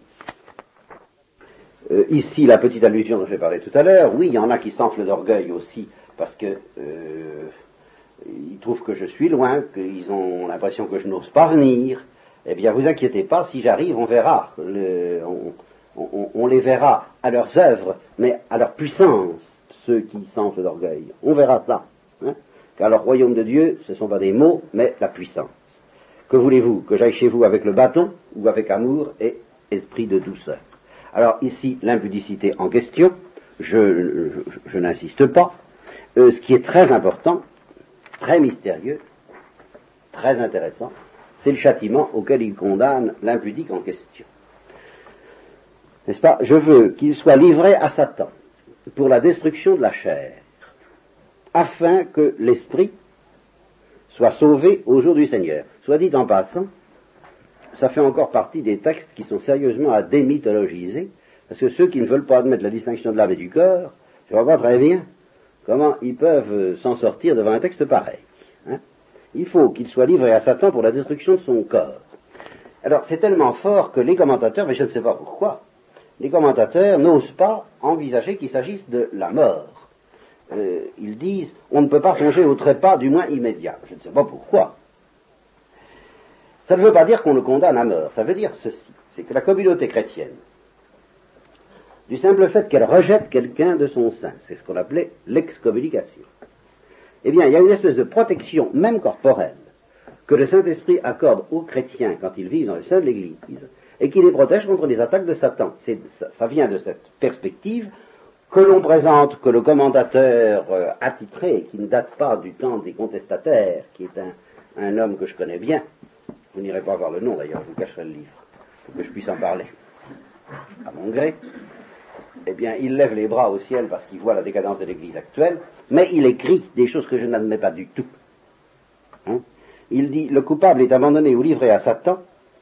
Ici, la petite allusion dont j'ai parlé tout à l'heure, oui, il y en a qui s'enflent d'orgueil aussi, parce que ils trouvent que je suis loin, qu'ils ont l'impression que je n'ose pas venir. Eh bien, vous inquiétez pas, si j'arrive, on verra. On les verra à leurs œuvres, mais à leur puissance, ceux qui s'enflent d'orgueil. On verra ça. Hein. Car le royaume de Dieu, ce ne sont pas des mots, mais la puissance. Que voulez-vous? Que j'aille chez vous avec le bâton, ou avec amour et esprit de douceur? Alors ici, l'impudicité en question, je n'insiste pas. Ce qui est très important, très mystérieux, très intéressant, c'est le châtiment auquel il condamne l'impudique en question. N'est-ce pas? Je veux qu'il soit livré à Satan pour la destruction de la chair, afin que l'esprit soit sauvé au jour du Seigneur. Soit dit en passant, ça fait encore partie des textes qui sont sérieusement à démythologiser, parce que ceux qui ne veulent pas admettre la distinction de l'âme et du corps, je ne vois pas très bien comment ils peuvent s'en sortir devant un texte pareil. Hein. Il faut qu'il soit livré à Satan pour la destruction de son corps. Alors c'est tellement fort que les commentateurs, mais je ne sais pas pourquoi, les commentateurs n'osent pas envisager qu'il s'agisse de la mort. Ils disent, on ne peut pas songer au trépas du moins immédiat. Je ne sais pas pourquoi. Ça ne veut pas dire qu'on le condamne à mort. Ça veut dire ceci, c'est que la communauté chrétienne, du simple fait qu'elle rejette quelqu'un de son sein, c'est ce qu'on appelait l'excommunication, eh bien, il y a une espèce de protection, même corporelle, que le Saint-Esprit accorde aux chrétiens quand ils vivent dans le sein de l'Église, et qui les protège contre les attaques de Satan. Ça vient de cette perspective que l'on présente, que le commentateur attitré, qui ne date pas du temps des contestataires, qui est un homme que je connais bien, vous n'irez pas voir le nom d'ailleurs, je vous cacherai le livre, pour que je puisse en parler, à mon gré, eh bien, il lève les bras au ciel parce qu'il voit la décadence de l'Église actuelle, mais il écrit des choses que je n'admets pas du tout. Hein? Il dit, le coupable est abandonné ou livré à Satan,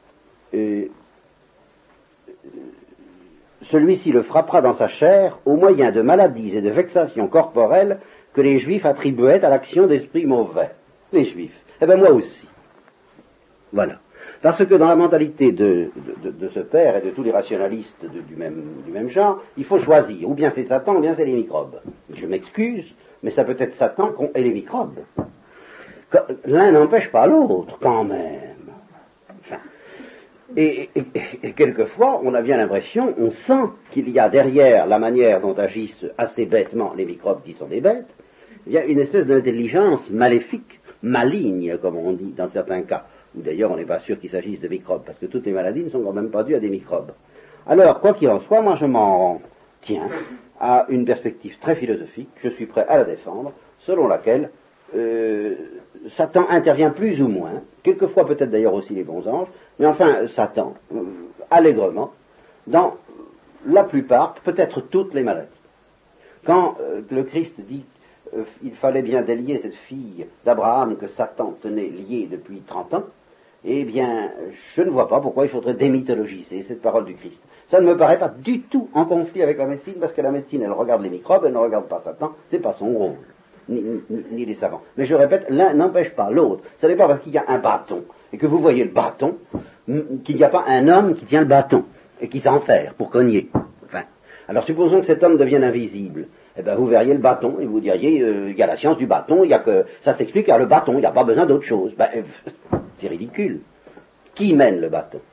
celui-ci le frappera dans sa chair au moyen de maladies et de vexations corporelles que les Juifs attribuaient à l'action d'esprits mauvais. Les Juifs. Eh bien, moi aussi. Voilà. Parce que dans la mentalité de ce père et de tous les rationalistes du même genre, il faut choisir. Ou bien c'est Satan, ou bien c'est les microbes. Je m'excuse, mais ça peut être Satan et les microbes. L'un n'empêche pas l'autre, quand même. Enfin, et quelquefois, on a bien l'impression, on sent qu'il y a derrière la manière dont agissent assez bêtement les microbes qui sont des bêtes, il y a une espèce d'intelligence maléfique, maligne, comme on dit dans certains cas. Ou d'ailleurs on n'est pas sûr qu'il s'agisse de microbes, parce que toutes les maladies ne sont quand même pas dues à des microbes. Alors, quoi qu'il en soit, moi je m'en tiens à une perspective très philosophique, je suis prêt à la défendre, selon laquelle Satan intervient plus ou moins, quelquefois peut-être d'ailleurs aussi les bons anges, mais enfin Satan, allègrement, dans la plupart, peut-être toutes les maladies. Quand le Christ dit il fallait bien délier cette fille d'Abraham que Satan tenait liée depuis 30 ans, eh bien, je ne vois pas pourquoi il faudrait démythologiser cette parole du Christ. Ça ne me paraît pas du tout en conflit avec la médecine, parce que la médecine, elle regarde les microbes, elle ne regarde pas Satan, c'est pas son rôle, ni les savants. Mais je répète, l'un n'empêche pas l'autre. Ce n'est pas parce qu'il y a un bâton, et que vous voyez le bâton, qu'il n'y a pas un homme qui tient le bâton, et qui s'en sert pour cogner. Enfin, alors supposons que cet homme devienne invisible. Eh bien, vous verriez le bâton et vous diriez, il y a la science du bâton, il y a que ça s'explique par le bâton, il n'y a pas besoin d'autre chose. Ben, c'est ridicule. Qui mène le bâton?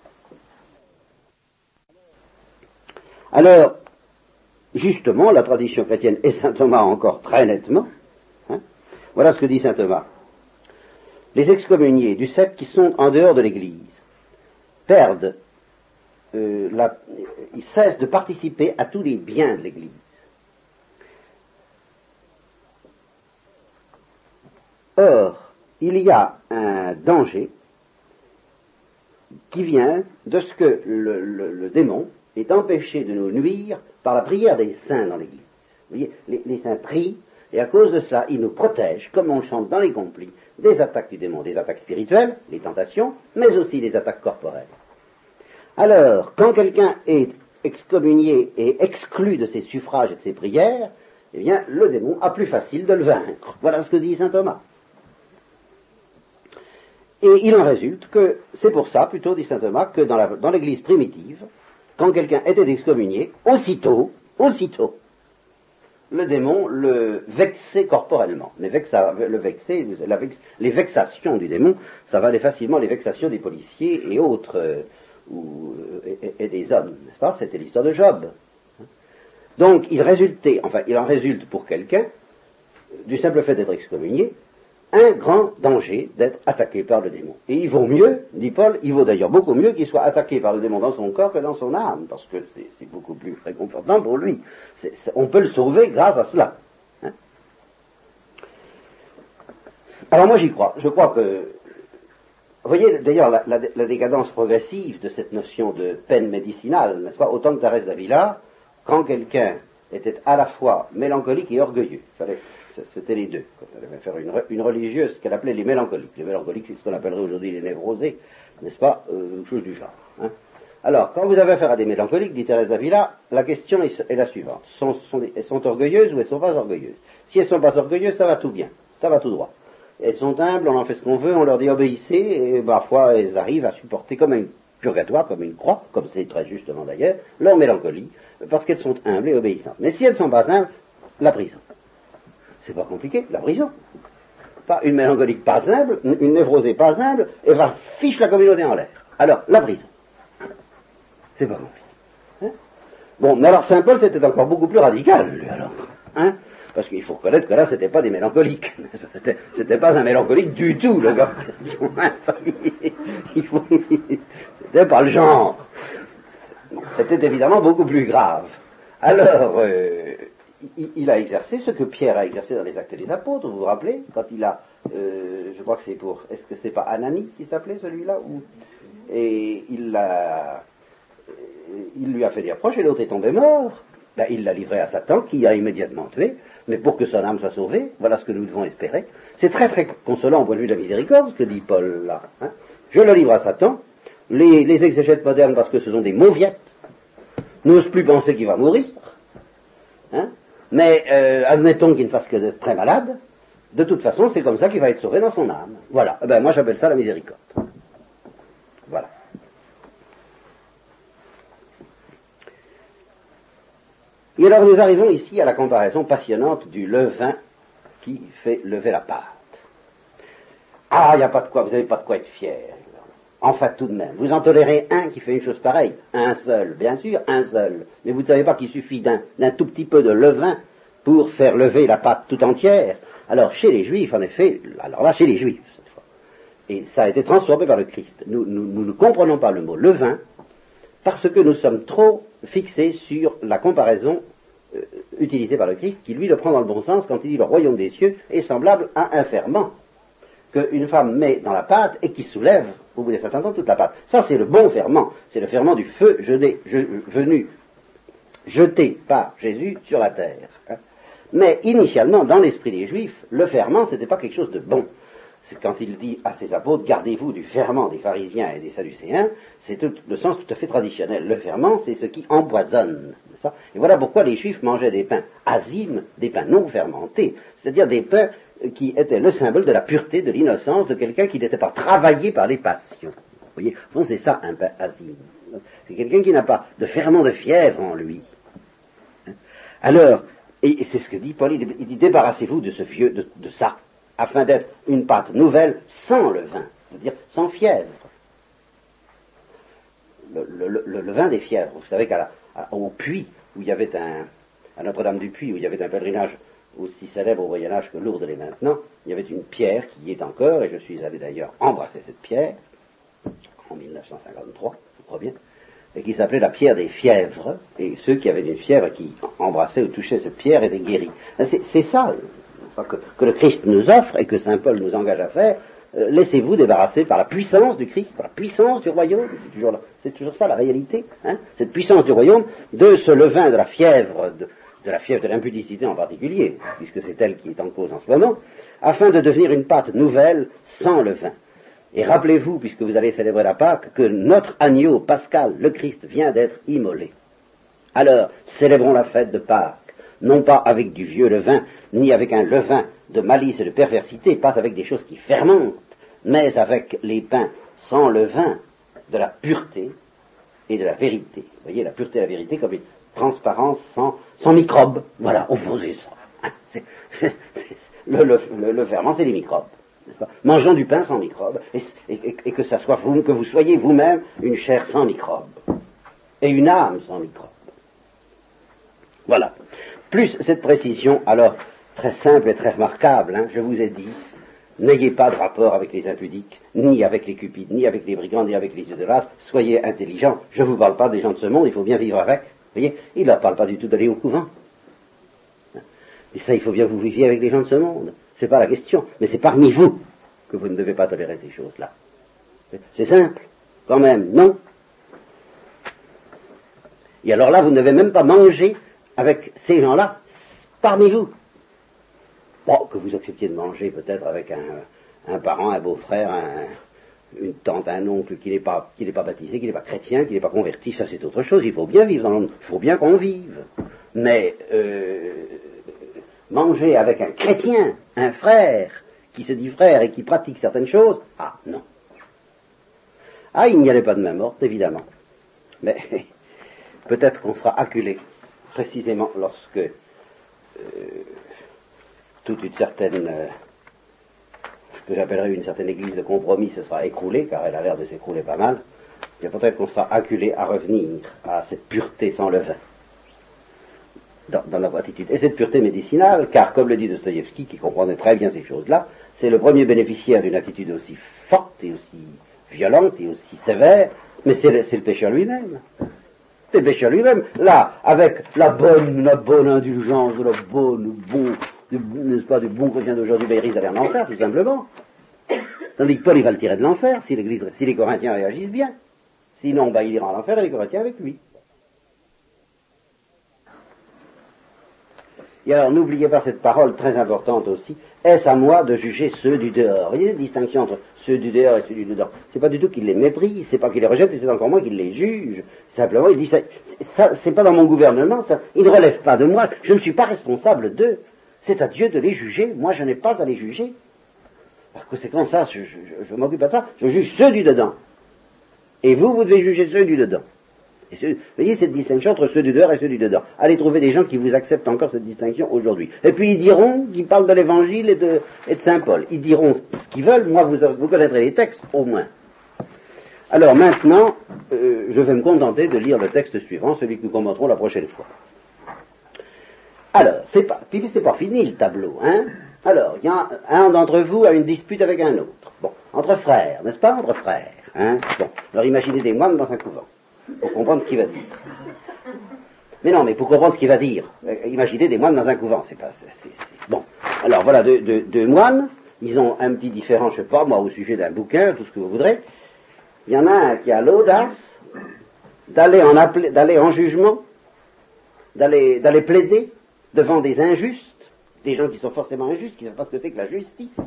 Alors, justement, la tradition chrétienne et saint Thomas encore très nettement, hein, voilà ce que dit saint Thomas. Les excommuniés du secte qui sont en dehors de l'Église perdent, ils cessent de participer à tous les biens de l'Église. Or, il y a un danger qui vient de ce que le démon est empêché de nous nuire par la prière des saints dans l'Église. Vous voyez, les saints prient, et à cause de cela, ils nous protègent, comme on le chante dans les complis, des attaques du démon, des attaques spirituelles, les tentations, mais aussi des attaques corporelles. Alors, quand quelqu'un est excommunié et exclu de ses suffrages et de ses prières, eh bien, le démon a plus facile de le vaincre. Voilà ce que dit saint Thomas. Et il en résulte que, c'est pour ça, plutôt, dit saint Thomas, que dans l'Église primitive, quand quelqu'un était excommunié, aussitôt, le démon le vexait corporellement. Mais les vexations du démon, ça valait facilement les vexations des policiers et autres, et des hommes, n'est-ce pas? C'était l'histoire de Job. Donc, il en résulte pour quelqu'un, du simple fait d'être excommunié, un grand danger d'être attaqué par le démon. Et il vaut mieux, dit Paul, il vaut d'ailleurs beaucoup mieux qu'il soit attaqué par le démon dans son corps que dans son âme, parce que c'est beaucoup plus réconfortant pour lui. On peut le sauver grâce à cela. Hein? Alors moi j'y crois. Je crois que... Vous voyez d'ailleurs la décadence progressive de cette notion de peine médicinale, n'est-ce pas? Au temps de Thérèse d'Avila, quand quelqu'un était à la fois mélancolique et orgueilleux, c'était les deux. Quand elle avait faire une religieuse qu'elle appelait les mélancoliques. Les mélancoliques, c'est ce qu'on appellerait aujourd'hui les névrosés, n'est-ce pas? Chose du genre. Hein? Alors, quand vous avez affaire à des mélancoliques, dit Thérèse d'Avila, la question est la suivante. Elles sont orgueilleuses ou elles ne sont pas orgueilleuses? Si elles ne sont pas orgueilleuses, ça va tout bien, ça va tout droit. Elles sont humbles, on en fait ce qu'on veut, on leur dit obéissez, et parfois elles arrivent à supporter comme un purgatoire, comme une croix, comme c'est très justement d'ailleurs, leur mélancolie, parce qu'elles sont humbles et obéissantes. Mais si elles ne sont pas humbles, la prison. C'est pas compliqué, la prison. Pas une mélancolique pas humble, une névrosée pas humble, et va fiche la communauté en l'air. Alors, la prison. C'est pas compliqué. Hein? Bon, mais alors Saint Paul, c'était encore beaucoup plus radical, lui, alors. Hein? parce qu'il faut reconnaître que là, c'était pas des mélancoliques. C'était pas un mélancolique du tout, le gars en question. C'était pas le genre. C'était évidemment beaucoup plus grave. Alors, il a exercé ce que Pierre a exercé dans les Actes des Apôtres, vous vous rappelez, quand il a, je crois que c'est pour, est-ce que c'était pas Ananie qui s'appelait celui-là, et il lui a fait des reproches et l'autre est tombé mort. Ben, il l'a livré à Satan qui a immédiatement tué, mais pour que son âme soit sauvée, voilà ce que nous devons espérer. C'est très très consolant au point de vue de la miséricorde, ce que dit Paul là. Hein. Je le livre à Satan, les exégètes modernes, parce que ce sont des mauviettes, n'osent plus penser qu'il va mourir, hein. Mais admettons qu'il ne fasse que d'être très malade, de toute façon c'est comme ça qu'il va être sauvé dans son âme. Voilà, ben, moi j'appelle ça la miséricorde. Voilà. Et alors nous arrivons ici à la comparaison passionnante du levain qui fait lever la pâte. Ah, il n'y a pas de quoi, vous n'avez pas de quoi être fier. Enfin tout de même, vous en tolérez un qui fait une chose pareille, un seul, bien sûr, un seul. Mais vous ne savez pas qu'il suffit d'un tout petit peu de levain pour faire lever la pâte tout entière. Alors chez les Juifs, en effet, alors là chez les Juifs, cette fois, et ça a été transformé par le Christ. Nous ne comprenons pas le mot levain parce que nous sommes trop fixés sur la comparaison utilisée par le Christ, qui lui le prend dans le bon sens quand il dit le royaume des cieux est semblable à un ferment qu'une femme met dans la pâte et qui soulève au bout d'un certain temps toute la pâte. Ça c'est le bon ferment, c'est le ferment du feu venu jeté par Jésus sur la terre. Hein. Mais initialement, dans l'esprit des Juifs, le ferment c'était pas quelque chose de bon. C'est quand il dit à ses apôtres, gardez-vous du ferment des pharisiens et des sadducéens, c'est le sens tout à fait traditionnel. Le ferment, c'est ce qui empoisonne. Et voilà pourquoi les Juifs mangeaient des pains azimes, des pains non fermentés, c'est-à-dire des pains qui étaient le symbole de la pureté, de l'innocence de quelqu'un qui n'était pas travaillé par les passions. Vous voyez, bon, c'est ça un pain azime. C'est quelqu'un qui n'a pas de ferment de fièvre en lui. Alors, et c'est ce que dit Paul, il dit débarrassez-vous de ce vieux, de ça, afin d'être une pâte nouvelle sans levain, c'est-à-dire sans fièvre. Le vin des fièvres, vous savez qu'au puits, où il y avait à Notre-Dame-du-Puy, où il y avait un pèlerinage aussi célèbre au Moyen-Âge que Lourdes l'est maintenant, il y avait une pierre qui y est encore, et je suis allé d'ailleurs embrasser cette pierre, en 1953, je crois bien, et qui s'appelait la pierre des fièvres, et ceux qui avaient une fièvre qui embrassaient ou touchaient cette pierre étaient guéris. C'est ça que le Christ nous offre et que saint Paul nous engage à faire. Laissez-vous débarrasser par la puissance du Christ, par la puissance du royaume, c'est toujours ça la réalité, hein, cette puissance du royaume, de ce levain de la fièvre, de la fièvre de l'impudicité en particulier, puisque c'est elle qui est en cause en ce moment, afin de devenir une pâte nouvelle sans levain. Et rappelez-vous, puisque vous allez célébrer la Pâque, que notre agneau pascal, le Christ, vient d'être immolé. Alors, célébrons la fête de Pâques, non pas avec du vieux levain, ni avec un levain de malice et de perversité, pas avec des choses qui fermentent, mais avec les pains sans levain de la pureté et de la vérité. Vous voyez, la pureté et la vérité comme une transparence sans microbes. Voilà, opposez ça. Hein. Le ferment, c'est les microbes. Mangeons du pain sans microbes, et que ça soit vous, que vous soyez vous-même une chair sans microbes, et une âme sans microbes. Voilà. Plus cette précision, alors, très simple et très remarquable, hein, je vous ai dit, n'ayez pas de rapport avec les impudiques, ni avec les cupides, ni avec les brigands, ni avec les idolâtres, soyez intelligents. Je ne vous parle pas des gens de ce monde, il faut bien vivre avec. Vous voyez, il ne leur parle pas du tout d'aller au couvent. Et ça, il faut bien que vous viviez avec les gens de ce monde. C'est pas la question, mais c'est parmi vous que vous ne devez pas tolérer ces choses-là. C'est simple, quand même, non? Et alors là, vous ne devez même pas manger avec ces gens-là, parmi vous. Bon, que vous acceptiez de manger peut-être avec un parent, un beau-frère, une tante, un oncle qui n'est pas baptisé, qui n'est pas chrétien, qui n'est pas converti, ça c'est autre chose. Il faut bien vivre dans le monde, il faut bien qu'on vive. Mais manger avec un chrétien, un frère, qui se dit frère et qui pratique certaines choses, ah non. Ah, il n'y allait pas de main morte, évidemment. Mais peut-être qu'on sera acculé, précisément lorsque toute une certaine, ce que j'appellerais une certaine église de compromis se sera écroulée, car elle a l'air de s'écrouler pas mal, et peut-être qu'on sera acculé à revenir à cette pureté sans levain. dans leur attitude. Et cette pureté médicinale, car comme le dit Dostoïevski, qui comprenait très bien ces choses-là, c'est le premier bénéficiaire d'une attitude aussi forte et aussi violente et aussi sévère, mais c'est le pécheur lui-même. C'est le pécheur lui-même. Là, avec la bonne indulgence, n'est-ce pas, du bon chrétien d'aujourd'hui, ben, il risque d'aller en enfer, tout simplement. Tandis que Paul, il va le tirer de l'enfer, si les Corinthiens réagissent bien. Sinon, ben, il ira en enfer et les Corinthiens avec lui. Et alors, n'oubliez pas cette parole très importante aussi, est-ce à moi de juger ceux du dehors? Il y a une distinction entre ceux du dehors et ceux du dedans. C'est pas du tout qu'il les méprise, c'est pas qu'il les rejette, et c'est encore moins qu'il les juge. Simplement, il dit, ça c'est pas dans mon gouvernement, ça, il ne relève pas de moi, je ne suis pas responsable d'eux. C'est à Dieu de les juger, moi je n'ai pas à les juger. Par conséquent, ça, je m'occupe pas de ça, je juge ceux du dedans. Et vous devez juger ceux du dedans. Et vous voyez cette distinction entre ceux du dehors et ceux du dedans. Allez trouver des gens qui vous acceptent encore cette distinction aujourd'hui. Et puis ils diront qu'ils parlent de l'évangile et de saint Paul. Ils diront ce qu'ils veulent, moi vous connaîtrez les textes au moins. Alors maintenant, je vais me contenter de lire le texte suivant, celui que nous commenterons la prochaine fois. Alors, c'est pas fini le tableau, hein. Alors, il y a un d'entre vous a une dispute avec un autre. Bon, entre frères, n'est-ce pas, entre frères, hein. Bon, alors imaginez des moines dans un couvent. Pour comprendre ce qu'il va dire. Mais non, mais pour comprendre ce qu'il va dire, imaginez des moines dans un couvent, c'est pas... Bon, alors voilà, deux moines, ils ont un petit différent, je sais pas, moi, au sujet d'un bouquin, tout ce que vous voudrez. Il y en a un qui a l'audace d'aller en jugement, d'aller plaider devant des injustes, des gens qui sont forcément injustes, qui ne savent pas ce que c'est que la justice,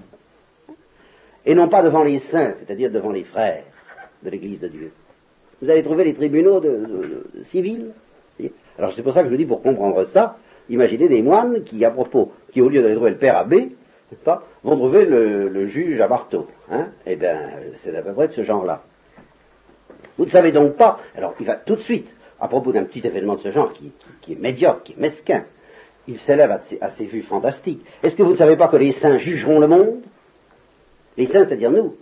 et non pas devant les saints, c'est-à-dire devant les frères de l'Église de Dieu. Vous allez trouver les tribunaux civils. Alors c'est pour ça que je vous dis, pour comprendre ça, imaginez des moines qui, au lieu d'aller trouver le père abbé, vont trouver le juge à marteau. Hein. Eh bien, c'est à peu près de ce genre-là. Vous ne savez donc pas, alors il va tout de suite, à propos d'un petit événement de ce genre qui est médiocre, qui est mesquin, il s'élève à ces vues fantastiques. Est-ce que vous ne savez pas que les saints jugeront le monde? Les saints, c'est-à-dire nous.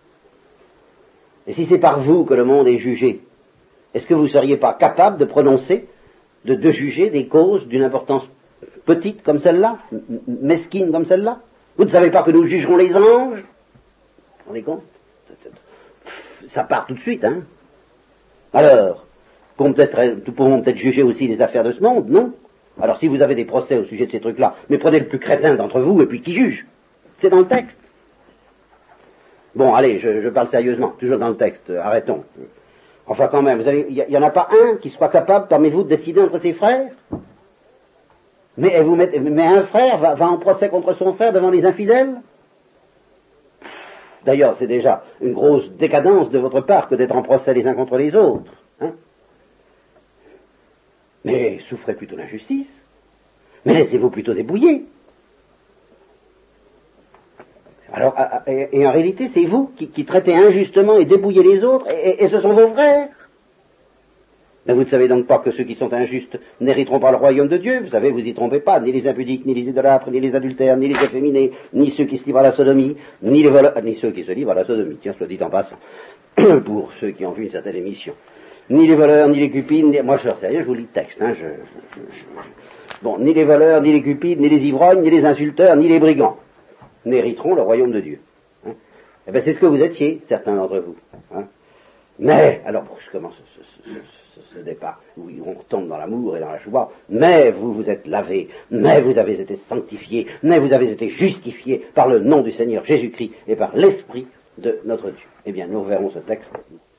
Et si c'est par vous que le monde est jugé, est-ce que vous ne seriez pas capable de prononcer, de juger des causes d'une importance petite comme celle-là, mesquine comme celle-là? Vous ne savez pas que nous jugerons les anges? Vous vous rendez compte? Ça part tout de suite, hein? Alors, nous pouvons peut-être juger aussi les affaires de ce monde, non? Alors si vous avez des procès au sujet de ces trucs-là, mais prenez le plus crétin d'entre vous et puis qui juge? C'est dans le texte. Bon, allez, je parle sérieusement, toujours dans le texte, arrêtons. Enfin, quand même, il n'y en a pas un qui soit capable, parmi vous, de décider entre ses frères? Mais un frère va en procès contre son frère devant les infidèles? D'ailleurs, c'est déjà une grosse décadence de votre part que d'être en procès les uns contre les autres. Hein? Mais souffrez plutôt l'injustice. Mais laissez-vous plutôt débrouiller. Alors, et en réalité, c'est vous qui traitez injustement et débrouillez les autres, et ce sont vos frères. Mais vous ne savez donc pas que ceux qui sont injustes n'hériteront pas le royaume de Dieu. Vous savez, vous y trompez pas, ni les impudiques, ni les idolâtres, ni les adultères, ni les efféminés, ni ceux qui se livrent à la sodomie, ni les voleurs, ni ceux qui se livrent à la sodomie, tiens, soit dit en passant, pour ceux qui ont vu une certaine émission. Ni les voleurs, ni les cupides, moi je suis sérieux, je vous lis le texte, hein, Bon, ni les voleurs, ni les cupides, ni les ivrognes, ni les insulteurs, ni les brigands n'hériteront le royaume de Dieu. Hein. Eh bien, c'est ce que vous étiez, certains d'entre vous. Hein. Mais, alors, je commence ce départ où on retombe dans l'amour et dans la joie, mais vous vous êtes lavés, mais vous avez été sanctifiés, mais vous avez été justifiés par le nom du Seigneur Jésus-Christ et par l'Esprit de notre Dieu. Eh bien, nous reverrons ce texte